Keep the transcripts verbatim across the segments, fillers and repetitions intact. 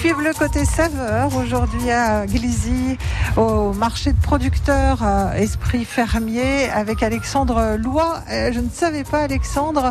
Circuit bleu côté saveur, aujourd'hui à Glizy, au marché de producteurs à Esprit Fermier, avec Alexandre Loy. Je ne savais pas, Alexandre,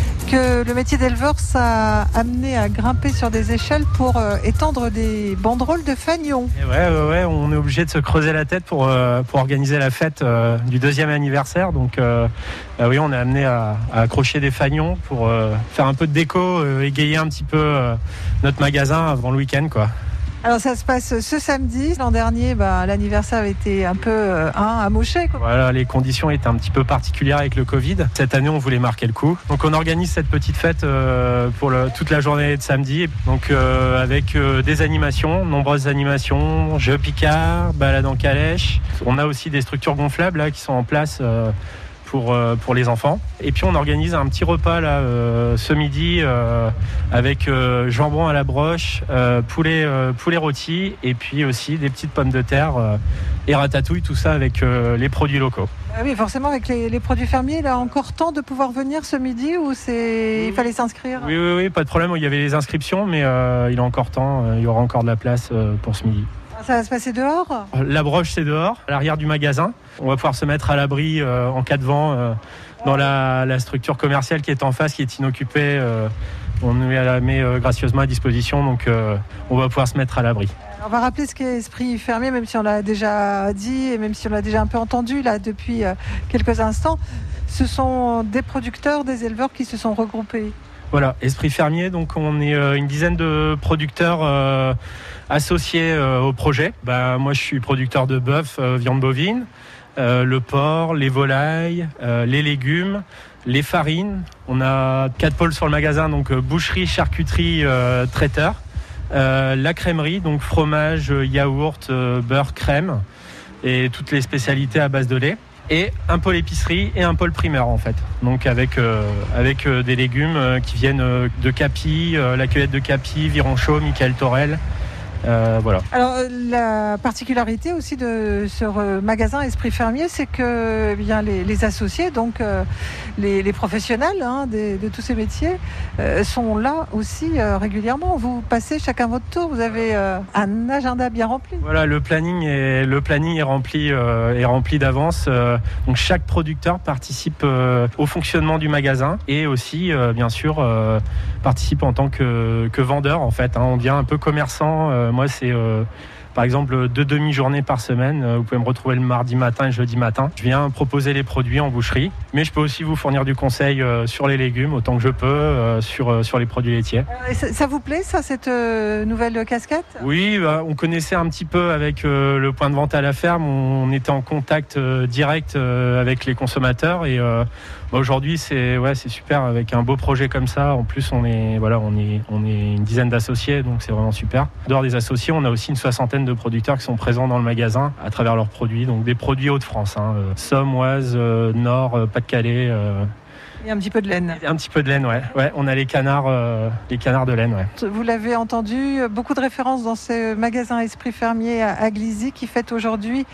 que le métier d'éleveur ça a amené à grimper sur des échelles pour euh, étendre des banderoles de fanions. Et ouais, ouais, ouais, on est obligé de se creuser la tête pour, euh, pour organiser la fête euh, du deuxième anniversaire. Donc euh, bah oui, on est amené à, à accrocher des fanions pour euh, faire un peu de déco, euh, égayer un petit peu euh, notre magasin avant le week-end, quoi. Alors ça se passe ce samedi. L'an dernier, bah, l'anniversaire avait été un peu euh, hein, amoché, quoi. Voilà, les conditions étaient un petit peu particulières avec le Covid. Cette année, on voulait marquer le coup. Donc on organise cette petite fête euh, pour le, toute la journée de samedi. Donc euh, avec euh, des animations, nombreuses animations, jeux Picard, balade en calèche. On a aussi des structures gonflables là, qui sont en place euh, pour, euh, pour les enfants. Et puis on organise un petit repas là euh, ce midi euh, avec euh, jambon à la broche, euh, poulet, euh, poulet rôti et puis aussi des petites pommes de terre euh, et ratatouille, tout ça avec euh, les produits locaux. Ah oui, forcément avec les, les produits fermiers, il a encore temps de pouvoir venir ce midi ou c'est... il fallait s'inscrire? Oui, oui, oui, pas de problème. Il y avait les inscriptions, mais euh, il a encore temps. Il y aura encore de la place euh, pour ce midi. Ça va se passer dehors? La broche, c'est dehors, à l'arrière du magasin. On va pouvoir se mettre à l'abri euh, en cas de vent euh, dans la, la structure commerciale qui est en face, qui est inoccupée. Euh, on nous la met euh, gracieusement à disposition, donc euh, on va pouvoir se mettre à l'abri. On va rappeler ce qu'est Esprit Fermier, même si on l'a déjà dit et même si on l'a déjà un peu entendu là depuis euh, quelques instants. Ce sont des producteurs, des éleveurs qui se sont regroupés. Voilà, Esprit Fermier, donc on est euh, une dizaine de producteurs euh, associés euh, au projet. Bah, moi, je suis producteur de bœuf, euh, viande bovine, euh, le porc, les volailles, euh, les légumes, les farines. On a quatre pôles sur le magasin, donc euh, boucherie, charcuterie, euh, traiteur. Euh, la crèmerie, donc fromage, yaourt, euh, beurre, crème et toutes les spécialités à base de lait. Et un pôle épicerie et un pôle primeur en fait. Donc avec, euh, avec euh, des légumes euh, qui viennent euh, de Capi, euh, la cueillette de Capi, Vironchot, Michael Torel. Euh, voilà. Alors la particularité aussi de ce euh, magasin Esprit Fermier, c'est que eh bien les, les associés, donc euh, les, les professionnels hein, des, de tous ces métiers, euh, sont là aussi euh, régulièrement. Vous passez chacun votre tour. Vous avez euh, un agenda bien rempli. Voilà, le planning est le planning est rempli euh, est rempli d'avance. Euh, donc chaque producteur participe euh, au fonctionnement du magasin et aussi euh, bien sûr euh, participe en tant que, que vendeur en fait. Hein, on devient un peu commerçant. Euh, Moi, c'est euh, par exemple deux demi-journées par semaine. Vous pouvez me retrouver le mardi matin et le jeudi matin. Je viens proposer les produits en boucherie, mais je peux aussi vous fournir du conseil euh, sur les légumes autant que je peux, euh, sur, euh, sur les produits laitiers. Euh, ça, ça vous plaît, ça, cette euh, nouvelle casquette? Oui, bah, on connaissait un petit peu avec euh, le point de vente à la ferme. On, on était en contact euh, direct euh, avec les consommateurs et euh, bah, aujourd'hui, c'est, ouais, c'est super avec un beau projet comme ça. En plus, on est, voilà, on est, on est une dizaine d'associés, donc c'est vraiment super. Dehors des associés, on a aussi une soixantaine de producteurs qui sont présents dans le magasin à travers leurs produits, donc des produits Hauts-de-France, hein, euh, Somme, Oise, euh, Nord, euh, Pas-de-Calais. Euh, Et un petit peu de laine. Un petit peu de laine, ouais. Ouais, on a les canards, euh, les canards de laine, ouais. Vous l'avez entendu, beaucoup de références dans ce magasin Esprit Fermier à Glizy qui fête aujourd'hui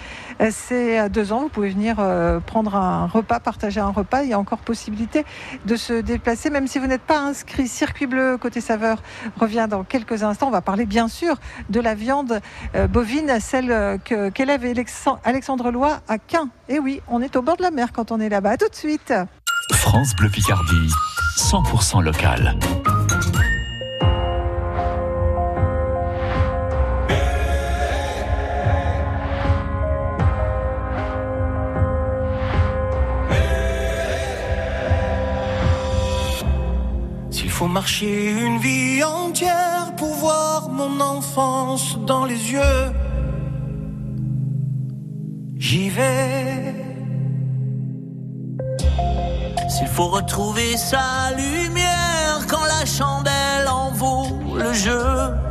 ses deux ans. Vous pouvez venir prendre un repas, partager un repas. Il y a encore possibilité de se déplacer, même si vous n'êtes pas inscrit. Circuit bleu côté saveur revient dans quelques instants. On va parler bien sûr de la viande bovine, celle que, qu'élève Alexandre Loy à Caen. Et oui, on est au bord de la mer quand on est là-bas. À tout de suite. France Bleu Picardie, cent pour cent local. S'il faut marcher une vie entière pour voir mon enfance dans les yeux, j'y vais. S'il faut retrouver sa lumière quand la chandelle en vaut le jeu,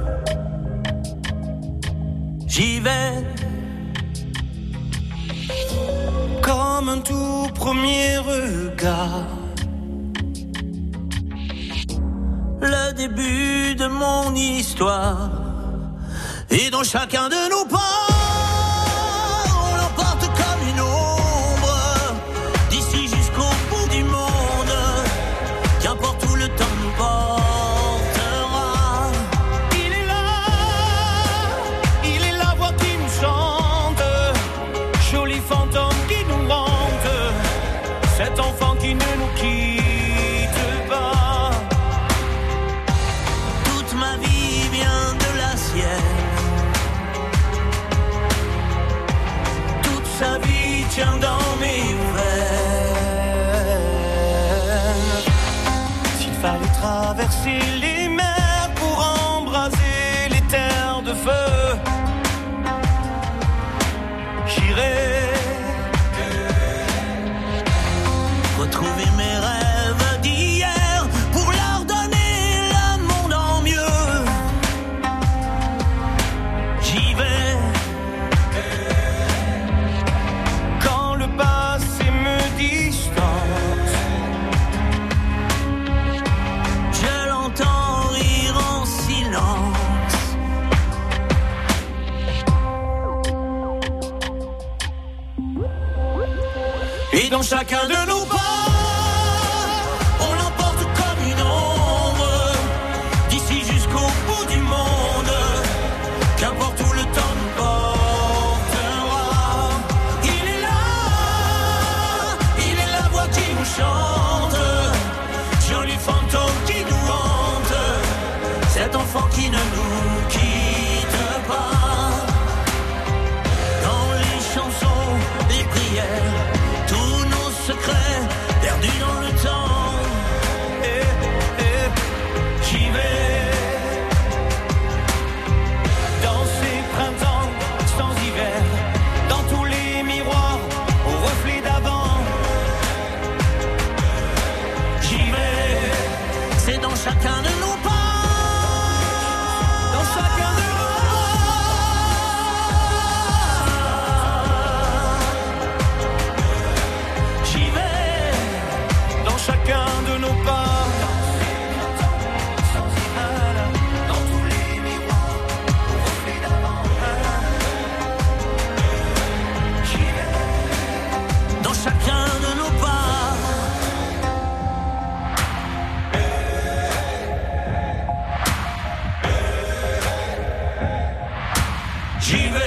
j'y vais. Comme un tout premier regard, le début de mon histoire, et dans chacun de nos pas, on l'emporte comme une ombre, d'ici jusqu'au bout du monde, qu'importe où le temps nous portera. Il est là, Et dans chacun de nos pas, on l'emporte comme une ombre, d'ici jusqu'au bout du monde, qu'importe où le temps nous portera. Il est là, il est la voix qui nous chante, joli fantôme qui nous hante, cet enfant qui ne nous quitte pas. Dans les chansons, les prières, tous nos secrets perdus dans le temps. Eh, eh, j'y vais. Dans ces printemps sans hiver, dans tous les miroirs au reflet d'avant. J'y vais. C'est dans chacun de nos pas, dans chacun de nos pas. J'y vais, dans chacun de nos pas. Dans tous les miroirs au reflet d'avant. J'y vais, dans chacun de nos pas. J'y vais.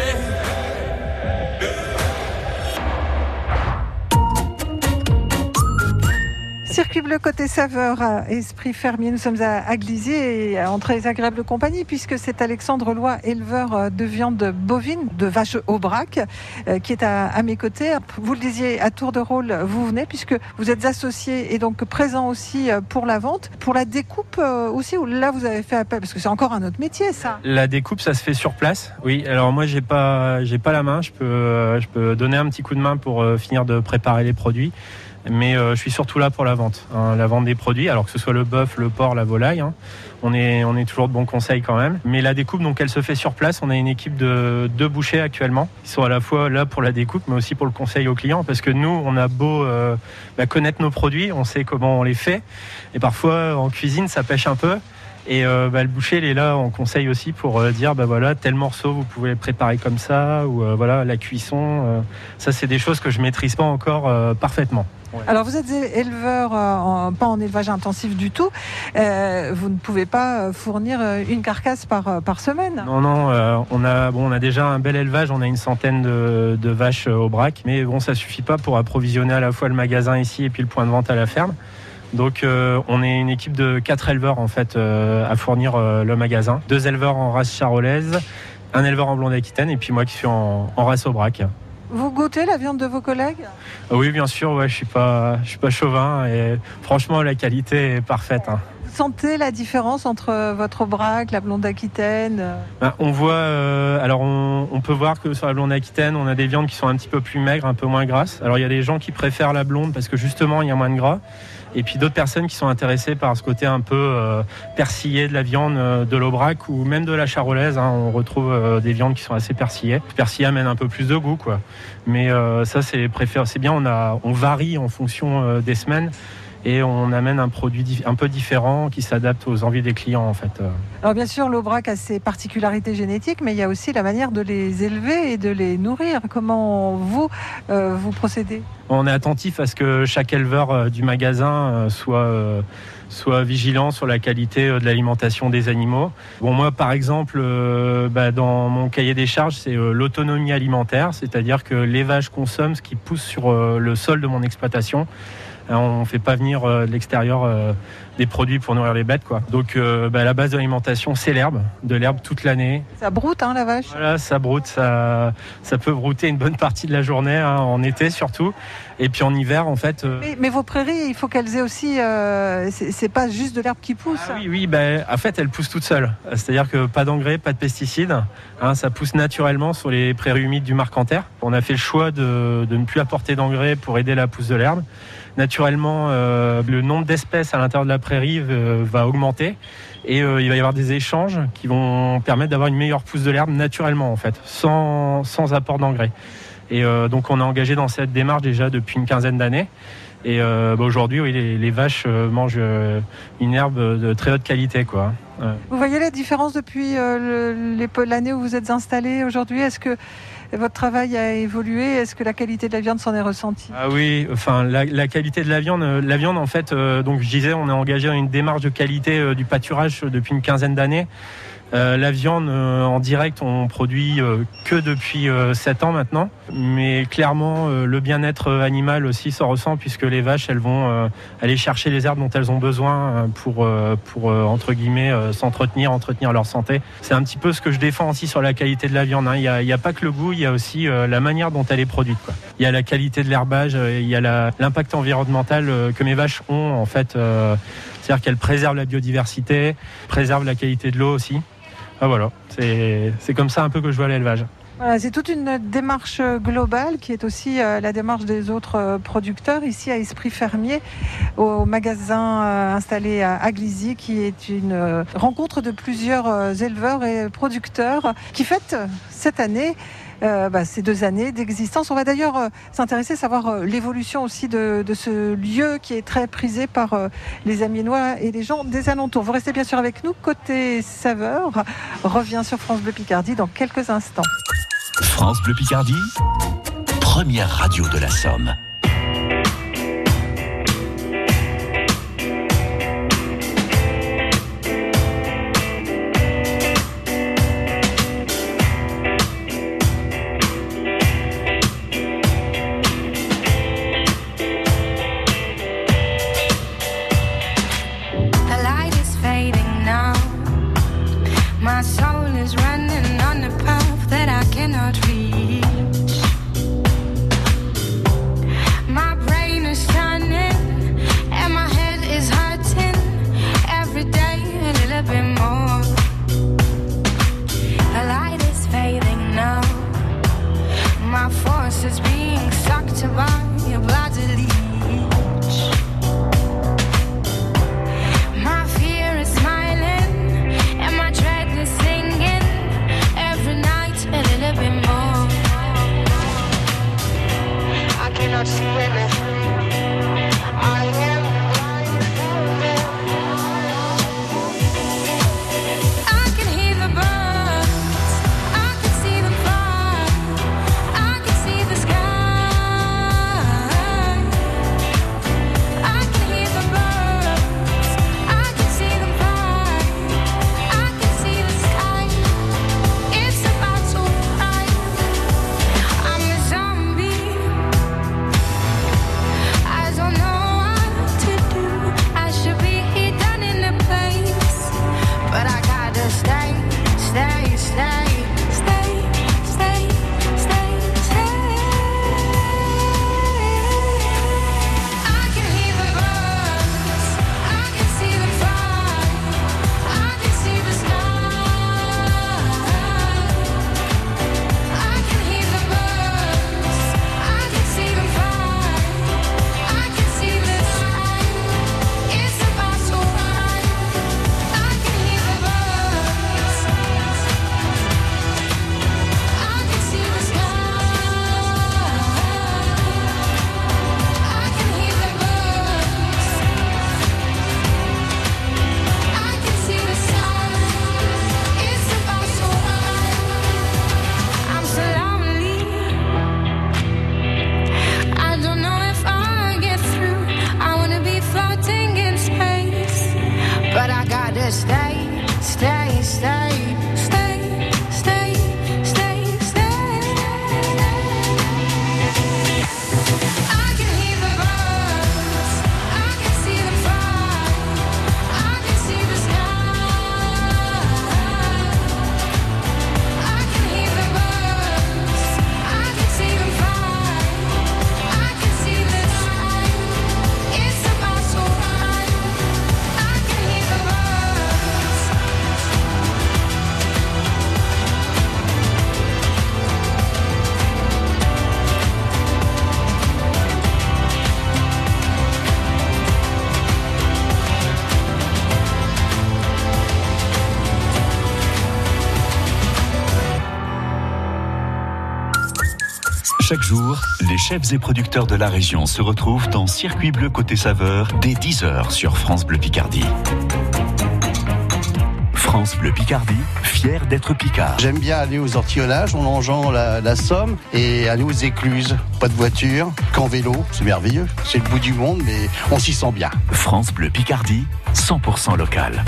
Circuit bleu côté saveur à Esprit Fermier. Nous sommes à, à Glizy et en très agréable compagnie puisque c'est Alexandre Loy, éleveur de viande bovine, de vaches Aubrac, euh, qui est à, à mes côtés. Vous le disiez, à tour de rôle, vous venez puisque vous êtes associé et donc présent aussi pour la vente. Pour la découpe euh, aussi, où là vous avez fait appel, parce que c'est encore un autre métier ça. La découpe, ça se fait sur place. Oui, alors moi j'ai pas, j'ai pas la main. Je peux, euh, je peux donner un petit coup de main pour euh, finir de préparer les produits. Mais euh, je suis surtout là pour la vente, hein, la vente des produits, alors que ce soit le bœuf, le porc, la volaille, hein, on est on est toujours de bons conseils quand même. Mais la découpe, donc, elle se fait sur place. On a une équipe de deux bouchers actuellement, qui sont à la fois là pour la découpe, mais aussi pour le conseil aux clients, parce que nous, on a beau euh, bah, connaître nos produits, on sait comment on les fait, et parfois en cuisine, ça pêche un peu. Et euh, bah, le boucher, il est là en conseil aussi pour euh, dire bah voilà, tel morceau vous pouvez le préparer comme ça, ou euh, voilà, la cuisson, euh, ça c'est des choses que je maîtrise pas encore euh, parfaitement. Ouais. Alors vous êtes éleveur, euh, en, pas en élevage intensif du tout, euh, vous ne pouvez pas fournir une carcasse par, par semaine. Non, non, euh, on, a, bon, on a déjà un bel élevage, on a une centaine de, de vaches Aubrac, mais bon, ça suffit pas pour approvisionner à la fois le magasin ici et puis le point de vente à la ferme. Donc euh, on est une équipe de quatre éleveurs en fait euh, à fournir euh, le magasin. Deux éleveurs en race charolaise, un éleveur en blonde Aquitaine et puis moi qui suis en, en race Aubrac. Vous goûtez la viande de vos collègues ? Oui, bien sûr, ouais, je suis pas, je suis pas chauvin et franchement la qualité est parfaite. Hein. Vous sentez la différence entre votre Aubrac, la blonde Aquitaine ? Ben, on voit, euh, alors on, on peut voir que sur la blonde Aquitaine, on a des viandes qui sont un petit peu plus maigres, un peu moins grasses. Alors il y a des gens qui préfèrent la blonde parce que justement il y a moins de gras. Et puis d'autres personnes qui sont intéressées par ce côté un peu euh, persillé de la viande euh, de l'Aubrac ou même de la charolaise. Hein, on retrouve euh, des viandes qui sont assez persillées. Le persillé amène un peu plus de goût, quoi. Mais euh, ça, c'est préféré. C'est bien. On a, on varie en fonction euh, des semaines. Et on amène un produit un peu différent qui s'adapte aux envies des clients en fait. Alors bien sûr, l'Aubrac a ses particularités génétiques, mais il y a aussi la manière de les élever et de les nourrir. Comment vous, euh, vous procédez ? On est attentif à ce que chaque éleveur du magasin soit, soit vigilant sur la qualité de l'alimentation des animaux. Bon, moi par exemple, euh, bah, dans mon cahier des charges, c'est euh, l'autonomie alimentaire, c'est-à-dire que les vaches consomment ce qui pousse sur euh, le sol de mon exploitation. On ne fait pas venir euh, de l'extérieur euh, des produits pour nourrir les bêtes, quoi. Donc euh, bah, la base de l'alimentation, c'est l'herbe, de l'herbe toute l'année. Ça broute, hein, la vache ? Voilà, ça broute, ça, ça peut brouter une bonne partie de la journée, hein, en été surtout. Et puis en hiver, en fait... Euh... Mais, mais vos prairies, il faut qu'elles aient aussi... Euh, c'est, c'est pas juste de l'herbe qui pousse. Ah, oui, oui, bah, en fait, elles poussent toutes seules. C'est-à-dire que pas d'engrais, pas de pesticides. Hein, ça pousse naturellement sur les prairies humides du Marcanterre. On a fait le choix de, de ne plus apporter d'engrais pour aider la pousse de l'herbe. Naturellement, euh, le nombre d'espèces à l'intérieur de la prairie euh, va augmenter et euh, il va y avoir des échanges qui vont permettre d'avoir une meilleure pousse de l'herbe naturellement en fait, sans, sans apport d'engrais. Et euh, donc on est engagé dans cette démarche déjà depuis une quinzaine d'années. Et euh, bah aujourd'hui, oui, les, les vaches euh, mangent euh, une herbe de très haute qualité, quoi. Ouais. Vous voyez la différence depuis euh, le, les, l'année où vous êtes installé aujourd'hui ? Est-ce que votre travail a évolué. Est-ce que la qualité de la viande s'en est ressentie ? Ah oui, enfin la, la qualité de la viande, la viande en fait, euh, donc je disais, on est engagé dans une démarche de qualité euh, du pâturage depuis une quinzaine d'années. Euh, la viande euh, en direct, on produit euh, que depuis euh, sept ans maintenant. Mais clairement, euh, le bien-être animal aussi s'en ressent puisque les vaches, elles vont euh, aller chercher les herbes dont elles ont besoin pour, euh, pour euh, entre guillemets, euh, s'entretenir, entretenir leur santé. C'est un petit peu ce que je défends aussi sur la qualité de la viande. Hein. Il n'y a, il y a pas que le goût, il y a aussi euh, la manière dont elle est produite, quoi. Il y a la qualité de l'herbage, euh, il y a la, l'impact environnemental euh, que mes vaches ont, en fait. Euh, c'est-à-dire qu'elles préservent la biodiversité, préservent la qualité de l'eau aussi. Ah voilà, c'est, c'est comme ça un peu que je vois l'élevage. Voilà, c'est toute une démarche globale qui est aussi euh, la démarche des autres euh, producteurs ici à Esprit Fermier, au magasin euh, installé à Aglisy, qui est une euh, rencontre de plusieurs euh, éleveurs et producteurs qui fête cette année Euh, bah, ces deux années d'existence. On va d'ailleurs euh, s'intéresser, savoir euh, l'évolution aussi de, de ce lieu qui est très prisé par euh, les Amiénois et les gens des alentours. Vous restez bien sûr avec nous. Côté saveur revient sur France Bleu Picardie dans quelques instants. France Bleu Picardie, première radio de la Somme. Chaque jour, les chefs et producteurs de la région se retrouvent dans Circuit Bleu Côté Saveur dès dix heures sur France Bleu Picardie. France Bleu Picardie, fier d'être Picard. J'aime bien aller aux ortillonnages en longeant la, la Somme et aller aux écluses. Pas de voiture, qu'en vélo, c'est merveilleux. C'est le bout du monde, mais on s'y sent bien. France Bleu Picardie, cent pour cent local.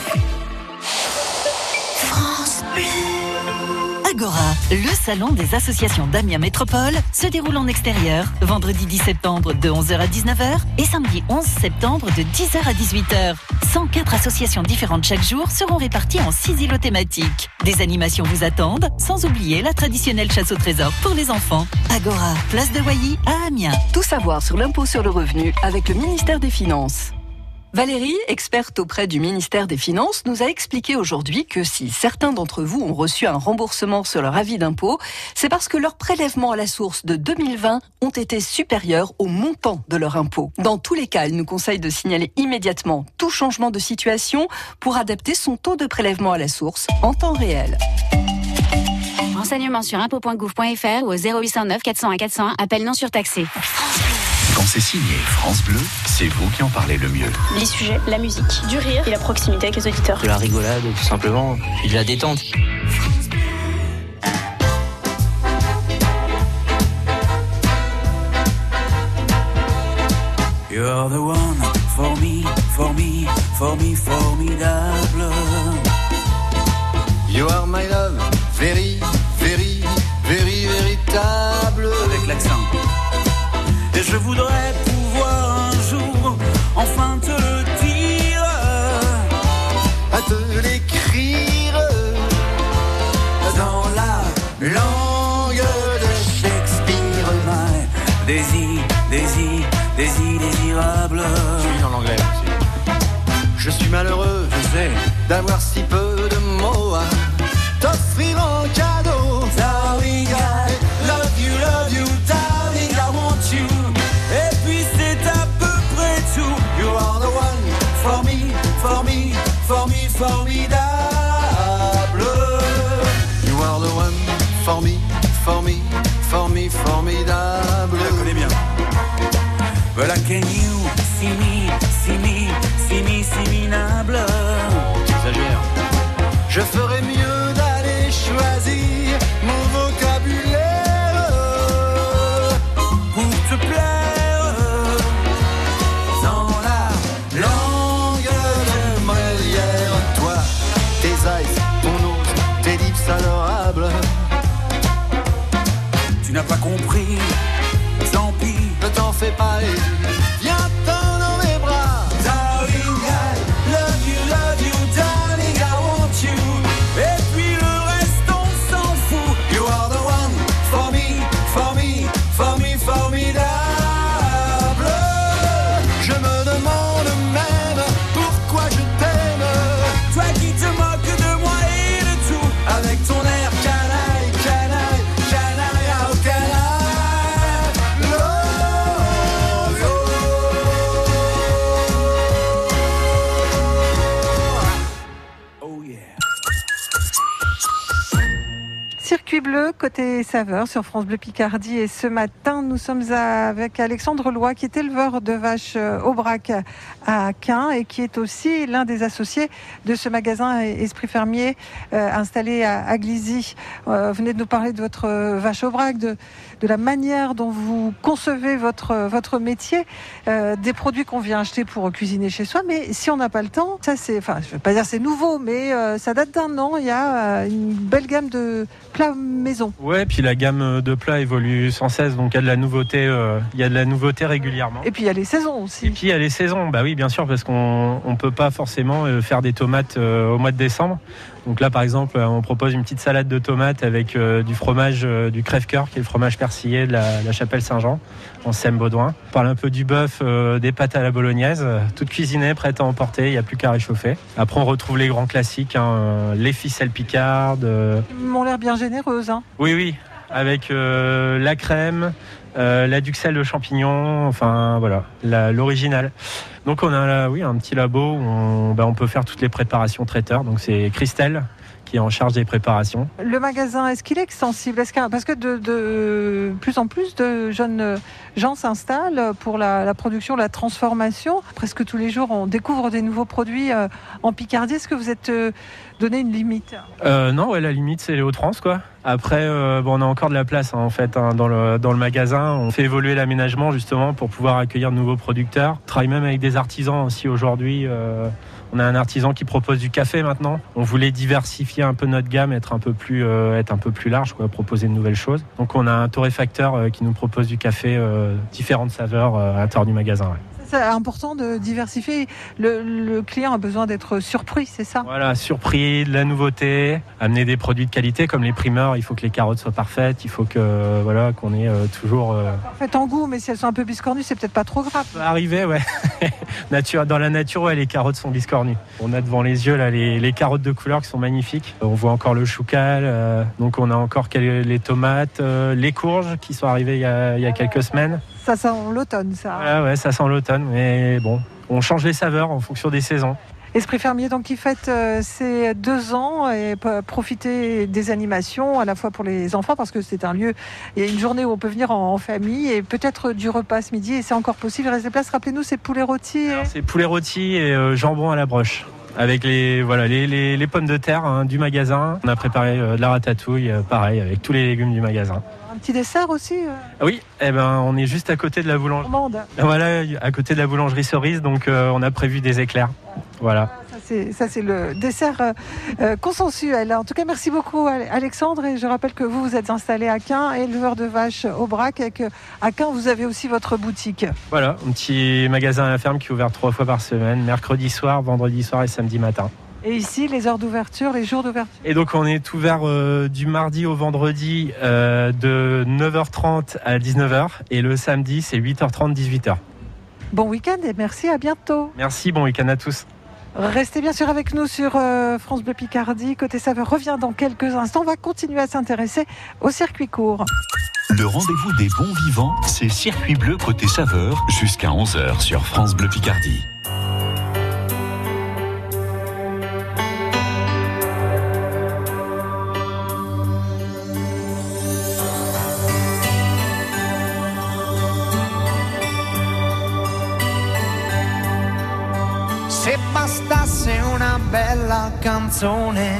France Bleu. Agora, le salon des associations d'Amiens Métropole, se déroule en extérieur, vendredi dix septembre de onze heures à dix-neuf heures et samedi onze septembre de dix heures à dix-huit heures. cent quatre associations différentes chaque jour seront réparties en six îlots thématiques. Des animations vous attendent, sans oublier la traditionnelle chasse au trésor pour les enfants. Agora, place de Wailly à Amiens. Tout savoir sur l'impôt sur le revenu avec le ministère des Finances. Valérie, experte auprès du ministère des Finances, nous a expliqué aujourd'hui que si certains d'entre vous ont reçu un remboursement sur leur avis d'impôt, c'est parce que leurs prélèvements à la source de deux mille vingt ont été supérieurs au montant de leur impôt. Dans tous les cas, elle nous conseille de signaler immédiatement tout changement de situation pour adapter son taux de prélèvement à la source en temps réel. Renseignements sur impôt point gouv point f r ou au zéro huit cent neuf quatre cent un quatre cent un, appel non surtaxé. Quand c'est signé France Bleu, c'est vous qui en parlez le mieux. Les sujets, la musique, du rire et la proximité avec les auditeurs. De la rigolade, tout simplement, puis de la détente. You're the one for me, for me, for me, formidable. You are my love, very, very, very, véritable. Avec l'accent. Et je voudrais pouvoir un jour enfin te le dire, à te l'écrire dans la langue de Shakespeare. My désir, désir, désir désirable. Je suis en anglais aussi. Je suis malheureux, je sais, d'avoir si peu de mots à t'offrir en cadeau. Darling, I love you, love you, darling, I want you. Et puis c'est à peu près tout. You are the one for me, for me, for me, formidable. You are the one for me, for me, for me, formidable. Je la connais bien. But I can you see me, see me, see me, see me nable. J'exagère. Je ferais mieux d'aller choisir mon vocabulaire pour te plaire dans la langue de Molière. Toi, tes eyes, ton nose, tes lips adorables. Tu n'as pas compris, tant pis, ne t'en fais pas et viens t'en dans mes bras. Darling, I love you, love you, darling, I want you. Et puis le reste on s'en fout. You are the one for me, for me, for me, formidable. Je me demande même pourquoi je t'aime. Toi qui te moques de moi et de tout, avec ton air canaille, canaille, canaille, oh canaille. Love, oh yeah. Circuit bleu, côté saveur sur France Bleu Picardie. Et ce matin, nous sommes avec Alexandre Loy, qui est éleveur de vaches Aubrac à Quin et qui est aussi l'un des associés de ce magasin Esprit Fermier euh, installé à, à Glizy. Euh, vous venez de nous parler de votre vache Aubrac, de, de la manière dont vous concevez votre, votre métier, euh, des produits qu'on vient acheter pour cuisiner chez soi. Mais si on n'a pas le temps, ça c'est, enfin, je ne veux pas dire c'est nouveau, mais euh, ça date d'un an. Il y a euh, une belle gamme de plats maison. Ouais, puis la gamme de plats évolue sans cesse, donc il y a de la nouveauté, euh, il y a de la nouveauté régulièrement. Et puis il y a les saisons aussi. Et puis il y a les saisons, bah oui, bien sûr, parce qu'on on peut pas forcément faire des tomates euh, au mois de décembre. Donc là, par exemple, on propose une petite salade de tomates avec euh, du fromage euh, du crève-cœur, qui est le fromage persillé de la, la Chapelle Saint-Jean, en Sème-Baudouin. On parle un peu du bœuf, euh, des pâtes à la bolognaise, euh, toutes cuisinées, prêtes à emporter, il n'y a plus qu'à réchauffer. Après, on retrouve les grands classiques, hein, euh, les ficelles picardes. Euh... Ils m'ont l'air bien généreuses. Hein. Oui, oui, avec euh, la crème, euh, la duxelle de champignons, enfin voilà, la, l'original. Donc on a là, oui, un petit labo où on, bah, on peut faire toutes les préparations traiteurs. Donc c'est Christelle qui est en charge des préparations. Le magasin, est-ce qu'il est extensible? Est-ce que, parce que de, de plus en plus de jeunes gens s'installent pour la, la production, la transformation. Presque tous les jours, on découvre des nouveaux produits en Picardie. Est-ce que vous êtes donné une limite? euh, Non, ouais, la limite, c'est les Hauts-de-France, quoi. Après, euh, bon, on a encore de la place hein, en fait hein, dans, le, dans le magasin. On fait évoluer l'aménagement justement pour pouvoir accueillir de nouveaux producteurs. On travaille même avec des artisans aussi aujourd'hui. Euh, on a un artisan qui propose du café maintenant. On voulait diversifier un peu notre gamme, être un peu plus, euh, être un peu plus large, quoi, proposer de nouvelles choses. Donc on a un torréfacteur euh, qui nous propose du café, euh, différentes saveurs euh, à l'intérieur du magasin. Ouais. C'est important de diversifier. Le, le client a besoin d'être surpris, c'est ça? Voilà, surpris, de la nouveauté, amener des produits de qualité comme les primeurs. Il faut que les carottes soient parfaites, il faut que voilà qu'on ait euh, toujours. Euh... Parfaites en goût, mais si elles sont un peu biscornues, c'est peut-être pas trop grave. Ça peut arriver, ouais. Nature, dans la nature, ouais, les carottes sont biscornues. On a devant les yeux là les, les carottes de couleur qui sont magnifiques. On voit encore le choucal, euh, donc on a encore les tomates, euh, les courges qui sont arrivées il y a, il y a quelques semaines. Ça sent l'automne, ça. Voilà, ouais, ça sent l'automne, mais bon, on change les saveurs en fonction des saisons. Esprit Fermier, donc, qui fête euh, ses deux ans et peut profiter des animations, à la fois pour les enfants, parce que c'est un lieu, il y a une journée où on peut venir en, en famille, et peut-être du repas ce midi, et c'est encore possible. Il reste des places. Rappelez-nous, c'est poulet rôti. Et... Alors, c'est poulet rôti et euh, jambon à la broche. Avec les, voilà, les, les, les pommes de terre hein, du magasin. On a préparé euh, de la ratatouille, euh, pareil, avec tous les légumes du magasin. Un petit dessert aussi euh... Oui, eh ben, on est juste à côté de la boulangerie. Voilà, à côté de la boulangerie Cerise, donc euh, on a prévu des éclairs. Voilà. Ça c'est, ça, c'est le dessert euh, euh, consensuel. En tout cas, merci beaucoup Alexandre. Et je rappelle que vous, vous êtes installé à Caen, éleveur de vaches au Brac, et qu'à Caen, vous avez aussi votre boutique. Voilà, un petit magasin à la ferme qui est ouvert trois fois par semaine, mercredi soir, vendredi soir et samedi matin. Et ici, les heures d'ouverture, les jours d'ouverture? Et donc, on est ouvert euh, du mardi au vendredi euh, de neuf heures trente à dix-neuf heures. Et le samedi, c'est huit heures trente, dix-huit heures. Bon week-end et merci, à bientôt. Merci, bon week-end à tous. Restez bien sûr avec nous sur euh, France Bleu Picardie. Côté Saveur revient dans quelques instants. On va continuer à s'intéresser au circuit court. Le rendez-vous des bons vivants, c'est Circuit Bleu côté Saveur jusqu'à onze heures sur France Bleu Picardie. Se bastasse una bella canzone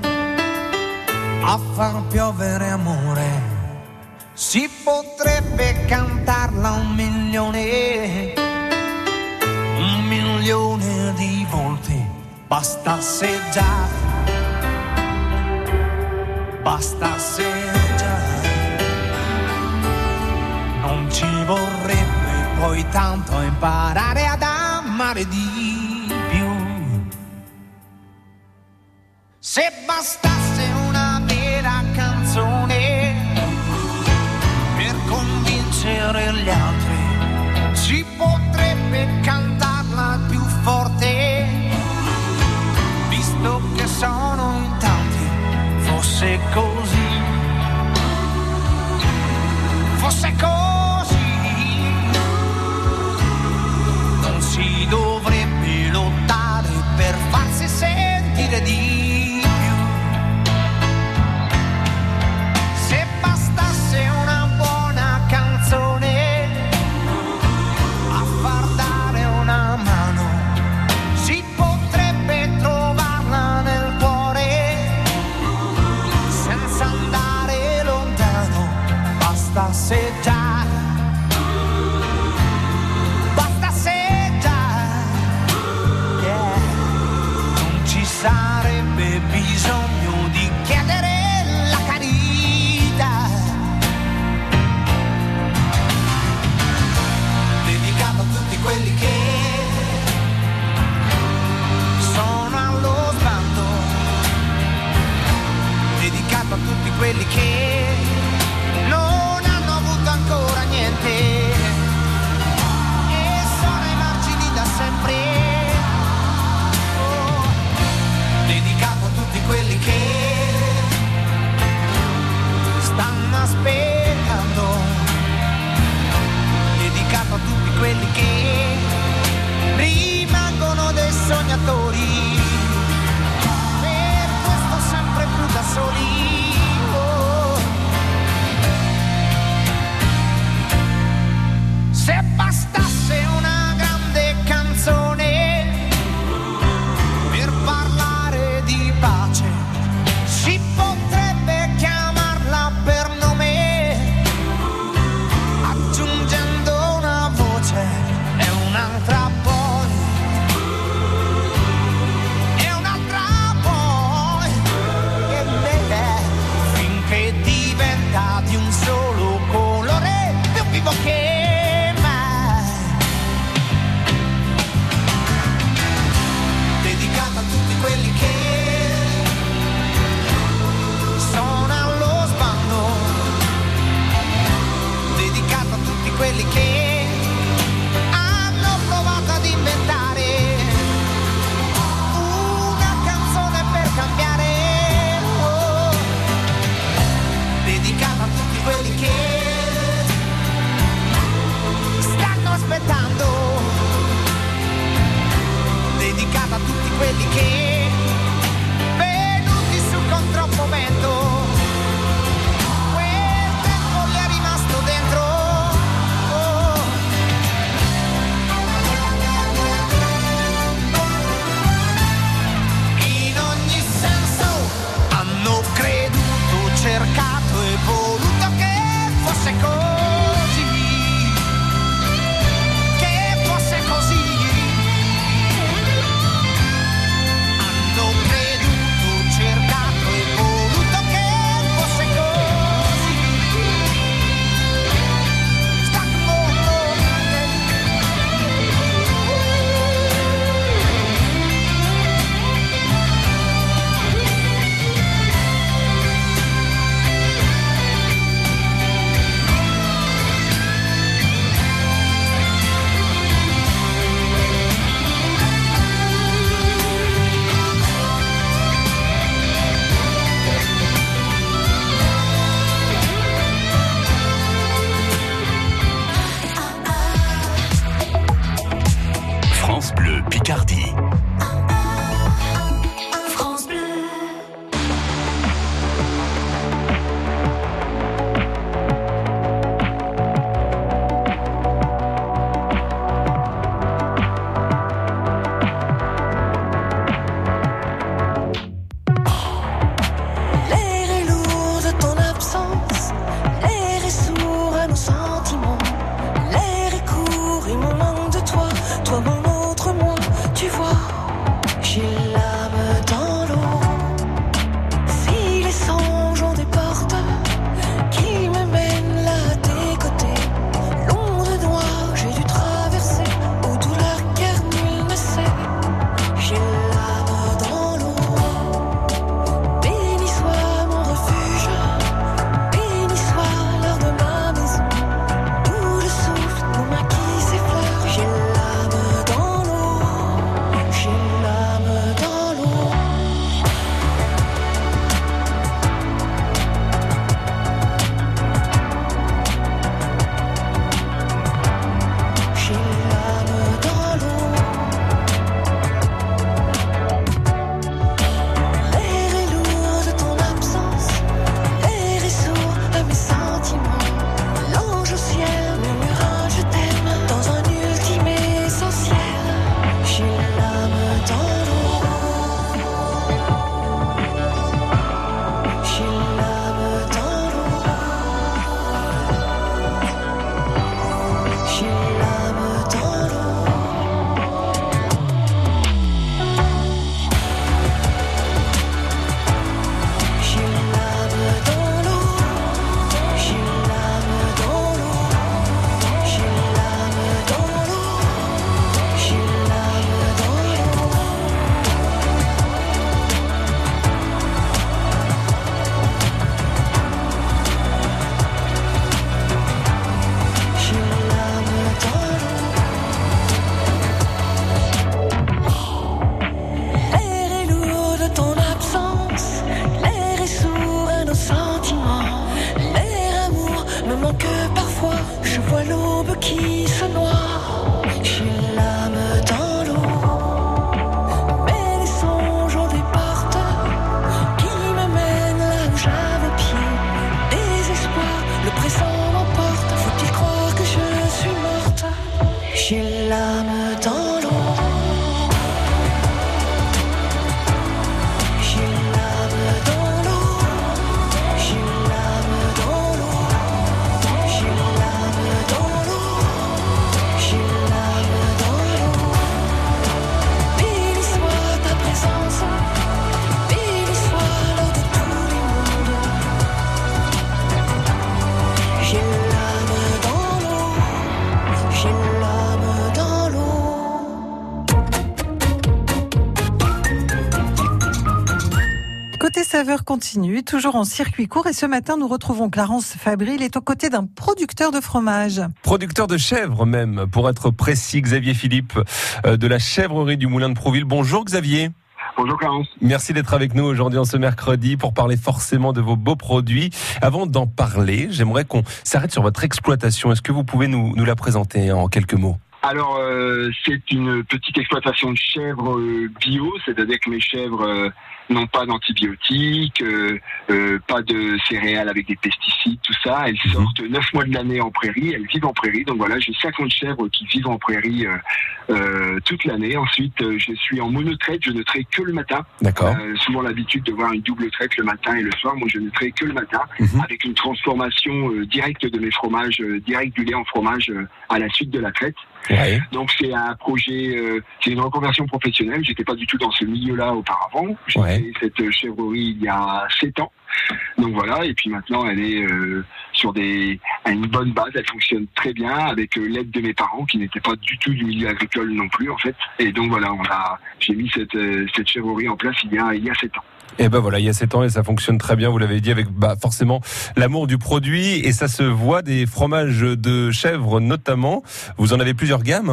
a far piovere amore, si potrebbe cantarla un milione, un milione di volte. Bastasse già, bastasse già, non ci vorrebbe poi tanto imparare ad amare di se bastasse una vera canzone per convincere gli altri, si potrebbe cantarla più forte, visto che sono in tanti. Fosse così, fosse così, non si dovrebbe lottare per farsi sentire di bastasse già, bastasse già, yeah. Non ci sarebbe bisogno di chiedere la carità, dedicato a tutti quelli che sono allo sbando, dedicato a tutti quelli che ancora niente e sono ai margini da sempre, oh, dedicato a tutti quelli che stanno aspettando, dedicato a tutti quelli che rimangono dei sognatori, per questo sempre saveurs continue, toujours en circuit court. Et ce matin, nous retrouvons Clarence Fabry. Il est aux côtés d'un producteur de fromage. Producteur de chèvres même, pour être précis. Xavier Philippe de la chèvrerie du Moulin de Prouville. Bonjour Xavier. Bonjour Clarence. Merci d'être avec nous aujourd'hui en ce mercredi pour parler forcément de vos beaux produits. Avant d'en parler, j'aimerais qu'on s'arrête sur votre exploitation. Est-ce que vous pouvez nous, nous la présenter en quelques mots ? Alors, euh, c'est une petite exploitation de chèvres euh, bio, c'est-à-dire que mes chèvres euh, n'ont pas d'antibiotiques, euh, euh, pas de céréales avec des pesticides, tout ça. Elles mmh. sortent neuf mois de l'année en prairie, elles vivent en prairie. Donc voilà, j'ai cinquante chèvres qui vivent en prairie euh, euh, toute l'année. Ensuite, euh, je suis en monotraite, je ne traite que le matin. D'accord. Euh, souvent l'habitude de voir une double traite le matin et le soir. Moi, je ne traite que le matin, mmh. avec une transformation euh, directe de mes fromages, euh, direct du lait en fromage euh, à la suite de la traite. Ouais. Donc c'est un projet, euh, c'est une reconversion professionnelle. J'étais pas du tout dans ce milieu-là auparavant. J'ai ouais. fait cette chèvrerie il y a sept ans. Donc voilà, et puis maintenant elle est euh, sur des, à une bonne base. Elle fonctionne très bien avec euh, l'aide de mes parents qui n'étaient pas du tout du milieu agricole non plus en fait. Et donc voilà, on a, j'ai mis cette euh, cette chèvrerie en place il y a il y a sept ans. Et ben voilà, il y a sept ans et ça fonctionne très bien, vous l'avez dit, avec bah, forcément l'amour du produit et ça se voit des fromages de chèvre notamment. Vous en avez plusieurs gammes, hein ?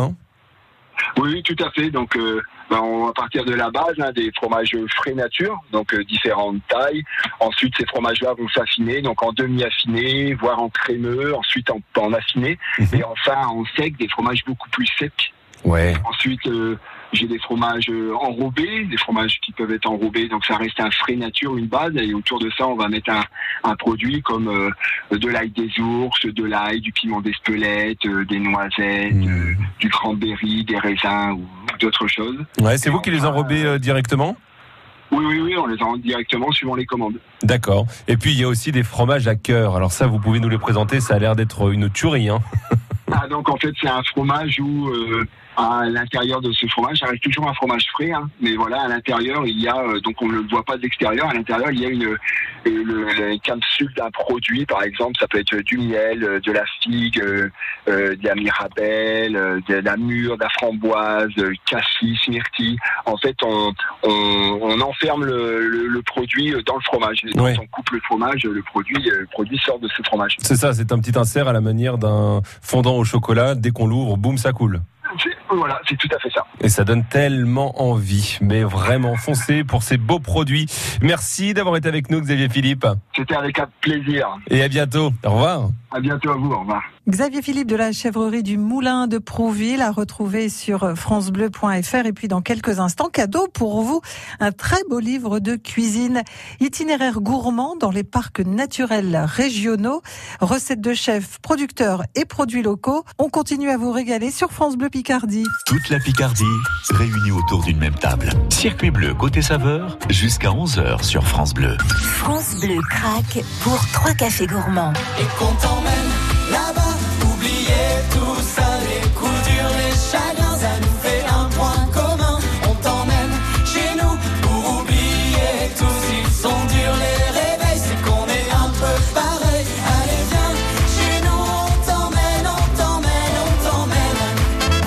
Oui, tout à fait. Donc, euh, ben, on va partir de la base, hein, des fromages frais nature, donc euh, différentes tailles. Ensuite, ces fromages-là vont s'affiner, donc en demi-affiné, voire en crémeux, ensuite en, en affiné, mmh. et enfin en sec, des fromages beaucoup plus secs. Ouais. Ensuite, euh, j'ai des fromages enrobés, des fromages qui peuvent être enrobés, donc ça reste un frais nature, une base, et autour de ça, on va mettre un, un produit comme euh, de l'ail des ours, de l'ail, du piment d'Espelette, euh, des noisettes, mmh. euh, du cranberry, des raisins ou d'autres choses. Ouais, c'est et vous qui les enrobez euh, directement ? Oui, oui, oui, on les enrobe directement suivant les commandes. D'accord. Et puis, il y a aussi des fromages à cœur. Alors ça, vous pouvez nous les présenter, ça a l'air d'être une tuerie, hein. Ah, donc en fait, c'est un fromage où... Euh, à l'intérieur de ce fromage, ça reste toujours un fromage frais, hein, mais voilà, à l'intérieur, il y a, euh, donc on ne le voit pas de l'extérieur, à l'intérieur, il y a une, une, une capsule d'un produit, par exemple, ça peut être du miel, de la figue, euh, de la mirabelle, de la mûre, de la framboise, cassis, myrtille. En fait, on, on, on enferme le, le, le produit dans le fromage. Et quand ouais. on coupe le fromage, le produit, le produit sort de ce fromage. C'est ça, c'est un petit insert à la manière d'un fondant au chocolat. Dès qu'on l'ouvre, boum, ça coule. Voilà, c'est tout à fait ça. Et ça donne tellement envie, mais vraiment foncez pour ces beaux produits. Merci d'avoir été avec nous, Xavier Philippe. C'était avec un plaisir. Et à bientôt. Au revoir. À bientôt à vous, au revoir. Xavier Philippe de la chèvrerie du Moulin de Prouville à retrouver sur francebleu point f r. Et puis dans quelques instants, cadeau pour vous, un très beau livre de cuisine. Itinéraire gourmand dans les parcs naturels régionaux. Recettes de chefs, producteurs et produits locaux. On continue à vous régaler sur France Bleu Picardie. Toute la Picardie réunie autour d'une même table. Circuit bleu côté saveur jusqu'à onze heures sur France Bleu. France Bleu craque pour trois cafés gourmands. Et qu'on t'emmène là-bas, oubliez tout ça, les coups durs, les chagrins, ça nous fait un point commun. On t'emmène chez nous pour oublier tout. S'ils sont durs les réveils, c'est qu'on est un peu pareil. Allez viens, chez nous on t'emmène, on t'emmène, on t'emmène.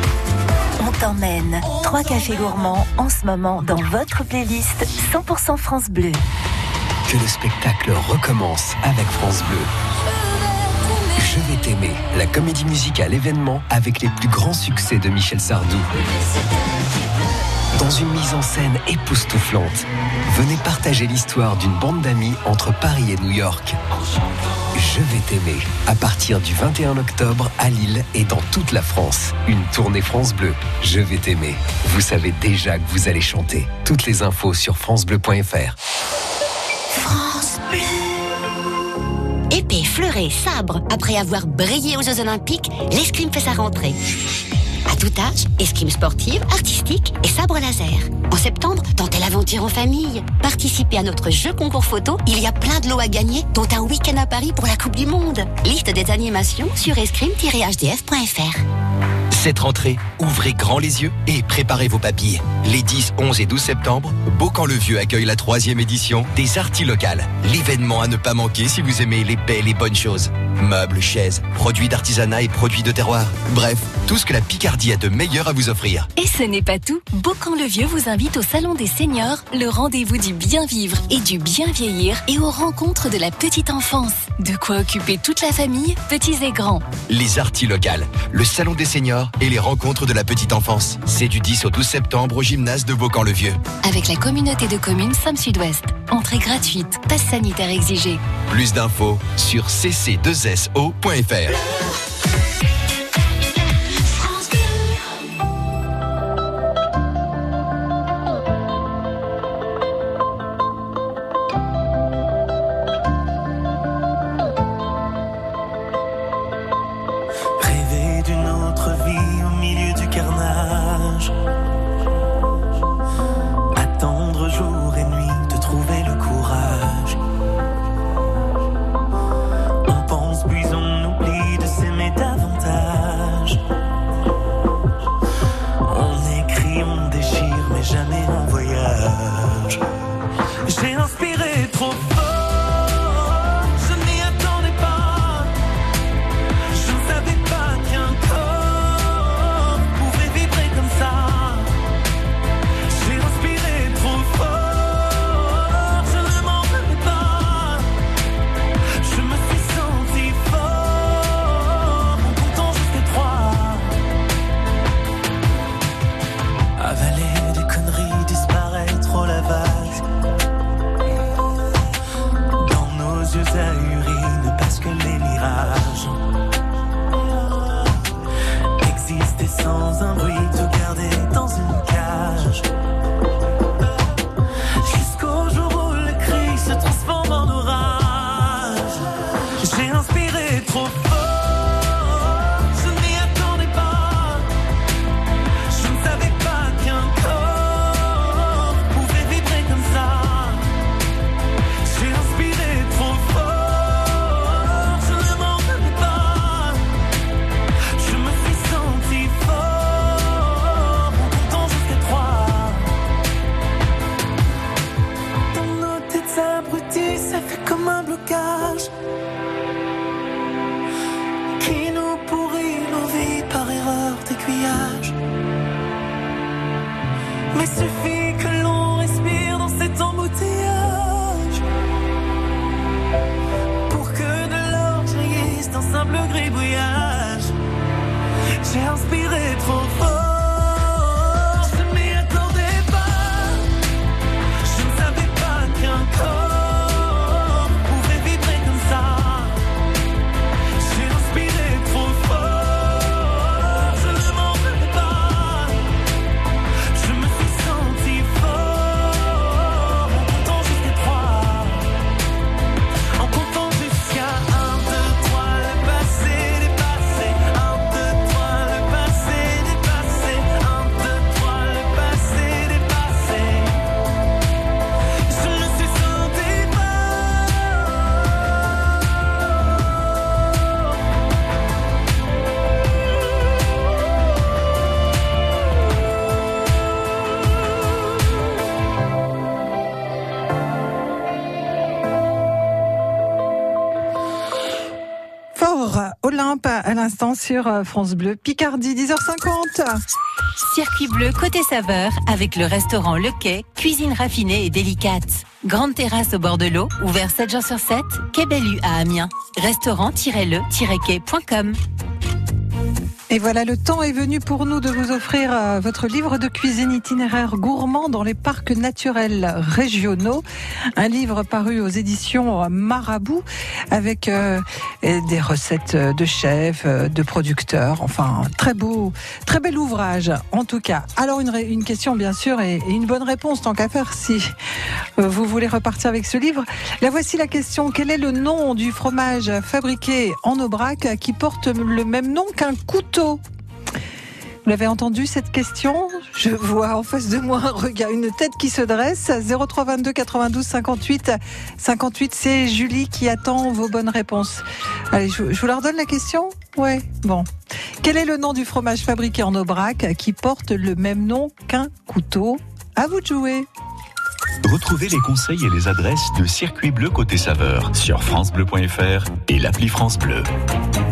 On t'emmène. Trois cafés gourmands en ce moment dans votre playlist cent pour cent France Bleu. Que le spectacle recommence avec France Bleu. Je vais t'aimer, la comédie musicale événement avec les plus grands succès de Michel Sardou. Dans une mise en scène époustouflante, venez partager l'histoire d'une bande d'amis entre Paris et New York. Je vais t'aimer, à partir du vingt et un octobre à Lille et dans toute la France. Une tournée France Bleu. Je vais t'aimer. Vous savez déjà que vous allez chanter. Toutes les infos sur francebleu point f r. France Bleu. Épée, fleuret, sabre. Après avoir brillé aux Jeux Olympiques, l'escrime fait sa rentrée. À tout âge, escrime sportive, artistique et sabre laser. En septembre, tentez l'aventure en famille. Participez à notre jeu concours photo. Il y a plein de lots à gagner, dont un week-end à Paris pour la Coupe du Monde. Liste des animations sur escrime tiret h d f point f r. Cette rentrée, ouvrez grand les yeux et préparez vos papilles. Les dix, onze et douze septembre, Beaucamp-le-Vieux accueille la troisième édition des Artis Locales. L'événement à ne pas manquer si vous aimez les belles et bonnes choses. Meubles, chaises, produits d'artisanat et produits de terroir. Bref, tout ce que la Picardie a de meilleur à vous offrir. Et ce n'est pas tout. Beaucamp-le-Vieux vous invite au Salon des Seniors, le rendez-vous du bien vivre et du bien vieillir et aux rencontres de la petite enfance. De quoi occuper toute la famille, petits et grands. Les Artis locales, le Salon des Seniors et les rencontres de la petite enfance. C'est du dix au douze septembre au gymnase de Beaucamp-le-Vieux. Avec la communauté de communes Somme-Sud-Ouest. Entrée gratuite, passe sanitaire exigé. Plus d'infos sur c c deux s o point f r. Rêver d'une autre vie au milieu du carnage. Attendre jour et nuit de trouver le courage. On pense puis on oublie de s'aimer davantage. On écrit, on déchire, mais jamais en voyage. J'ai inspiré trop fort, je n'y attendais pas. Je ne savais pas qu'un corps pouvait vibrer comme ça. J'ai inspiré trop fort, je ne m'en voulais pas. Je me suis senti fort en comptant jusqu'à trois. Avaler des conneries, disparaître au lavage. Dans nos yeux ahuris ne passent que les mirages. Exister sans un bruit, tout garder dans une cage. Jusqu'au jour où le cri se transforme en orage. J'ai inspiré trop fort, je n'y attendais pas. Je ne savais pas qu'un corps pouvait vibrer comme ça. J'ai inspiré trop fort, je ne m'en voulais pas. Je me suis senti fort en comptant jusqu'à trois. Dans nos têtes abruties, ça fait comme un blocage qui nous pourrit nos vies par erreur d'aiguillage. Mais suffit que l'on respire dans cet embouteillage pour que de l'or jaillisse d'un simple gribouillage. J'ai inspiré trop fort, je m'y attendais pas. Je ne savais pas qu'un corps pouvait vibrer comme ça. J'ai inspiré trop fort, je ne m'en voulais pas. Je me suis senti fort en comptant jusqu'à trois. En comptant jusqu'à un, deux, trois, le passé dépassé. Un, deux, trois, le passé dépassé. Un, deux, trois, le passé dépassé. Je me suis senti Fort Olympe à l'instant sur France Bleu Picardie, dix heures cinquante. Circuit bleu côté saveur avec le restaurant Le Quai, cuisine raffinée et délicate. Grande terrasse au bord de l'eau, ouvert sept jours sur sept, Quai Bellu à Amiens. Restaurant-le-quai point com. Et voilà, le temps est venu pour nous de vous offrir euh, votre livre de cuisine itinéraire gourmand dans les parcs naturels régionaux. Un livre paru aux éditions Marabout avec euh, des recettes de chefs, de producteurs. Enfin, très beau, très bel ouvrage en tout cas. Alors une, une question bien sûr et, et une bonne réponse tant qu'à faire si euh, vous voulez repartir avec ce livre. La voici la question. Quel est le nom du fromage fabriqué en Aubrac qui porte le même nom qu'un couteau ? Vous l'avez entendu cette question ? Je vois en face de moi un regard, une tête qui se dresse. zéro trois vingt-deux quatre-vingt-douze cinquante-huit cinquante-huit, c'est Julie qui attend vos bonnes réponses. Allez, je, je vous la redonne la question ? Ouais, bon. Quel est le nom du fromage fabriqué en Aubrac qui porte le même nom qu'un couteau ? À vous de jouer. Retrouvez les conseils et les adresses de Circuit Bleu côté saveur sur francebleu point fr et l'appli France Bleu.